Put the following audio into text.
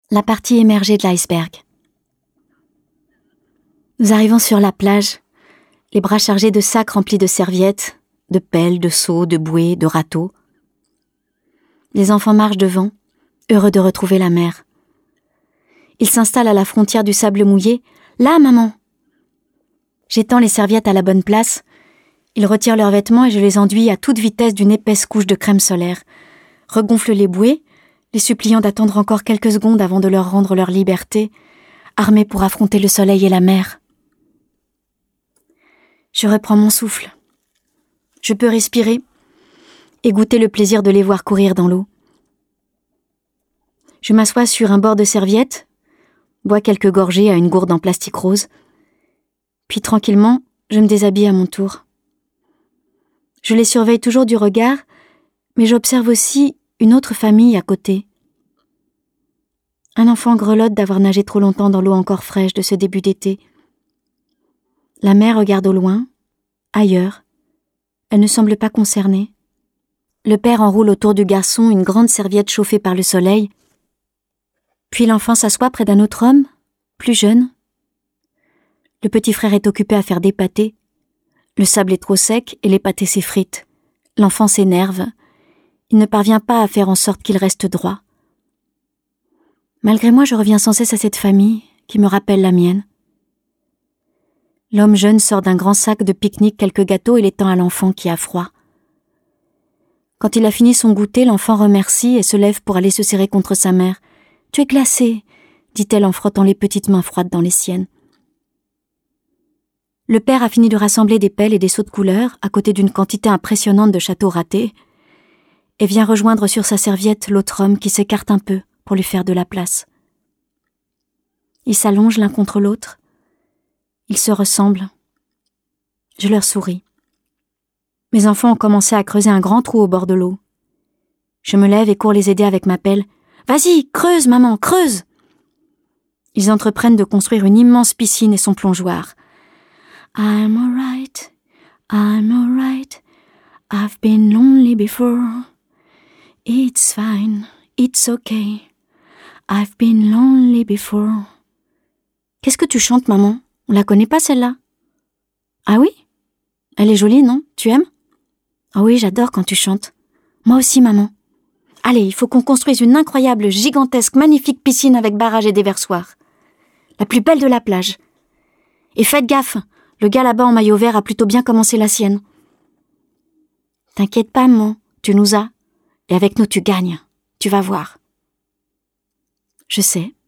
La partie émergée de l'iceberg. Nous arrivons sur la plage, les bras chargés de sacs remplis de serviettes, de pelles, de seaux, de bouées, de râteaux. Les enfants marchent devant, heureux de retrouver la mer. Ils s'installent à la frontière du sable mouillé. « Là, maman !» J'étends les serviettes à la bonne place. Ils retirent leurs vêtements et je les enduis à toute vitesse d'une épaisse couche de crème solaire. Regonfle les bouées, les suppliant d'attendre encore quelques secondes avant de leur rendre leur liberté, armés pour affronter le soleil et la mer. Je reprends mon souffle. Je peux respirer et goûter le plaisir de les voir courir dans l'eau. Je m'assois sur un bord de serviette, bois quelques gorgées à une gourde en plastique rose, puis tranquillement, je me déshabille à mon tour. Je les surveille toujours du regard, mais j'observe aussi une autre famille à côté. Un enfant grelotte d'avoir nagé trop longtemps dans l'eau encore fraîche de ce début d'été. La mère regarde au loin, ailleurs. Elle ne semble pas concernée. Le père enroule autour du garçon une grande serviette chauffée par le soleil. Puis l'enfant s'assoit près d'un autre homme, plus jeune. Le petit frère est occupé à faire des pâtés. Le sable est trop sec et les pâtés s'effritent. L'enfant s'énerve. Il ne parvient pas à faire en sorte qu'il reste droit. Malgré moi, je reviens sans cesse à cette famille qui me rappelle la mienne. L'homme jeune sort d'un grand sac de pique-nique quelques gâteaux et les tend à l'enfant qui a froid. Quand il a fini son goûter, l'enfant remercie et se lève pour aller se serrer contre sa mère. « Tu es glacé !» dit-elle en frottant les petites mains froides dans les siennes. Le père a fini de rassembler des pelles et des seaux de couleur à côté d'une quantité impressionnante de châteaux ratés et vient rejoindre sur sa serviette l'autre homme qui s'écarte un peu pour lui faire de la place. Ils s'allongent l'un contre l'autre. Ils se ressemblent. Je leur souris. Mes enfants ont commencé à creuser un grand trou au bord de l'eau. Je me lève et cours les aider avec ma pelle. « Vas-y, creuse, maman, creuse !» Ils entreprennent de construire une immense piscine et son plongeoir. « I'm alright, I've been lonely before. It's fine, it's okay, I've been lonely before. » Qu'est-ce que tu chantes, maman ? On la connaît pas, celle-là ? Ah oui ? Elle est jolie, non ? Tu aimes ? Ah oui, j'adore quand tu chantes. Moi aussi, maman. Allez, il faut qu'on construise une incroyable, gigantesque, magnifique piscine avec barrage et déversoir. La plus belle de la plage. Et faites gaffe, le gars là-bas en maillot vert a plutôt bien commencé la sienne. T'inquiète pas, maman, tu nous as. Et avec nous, tu gagnes. Tu vas voir. Je sais.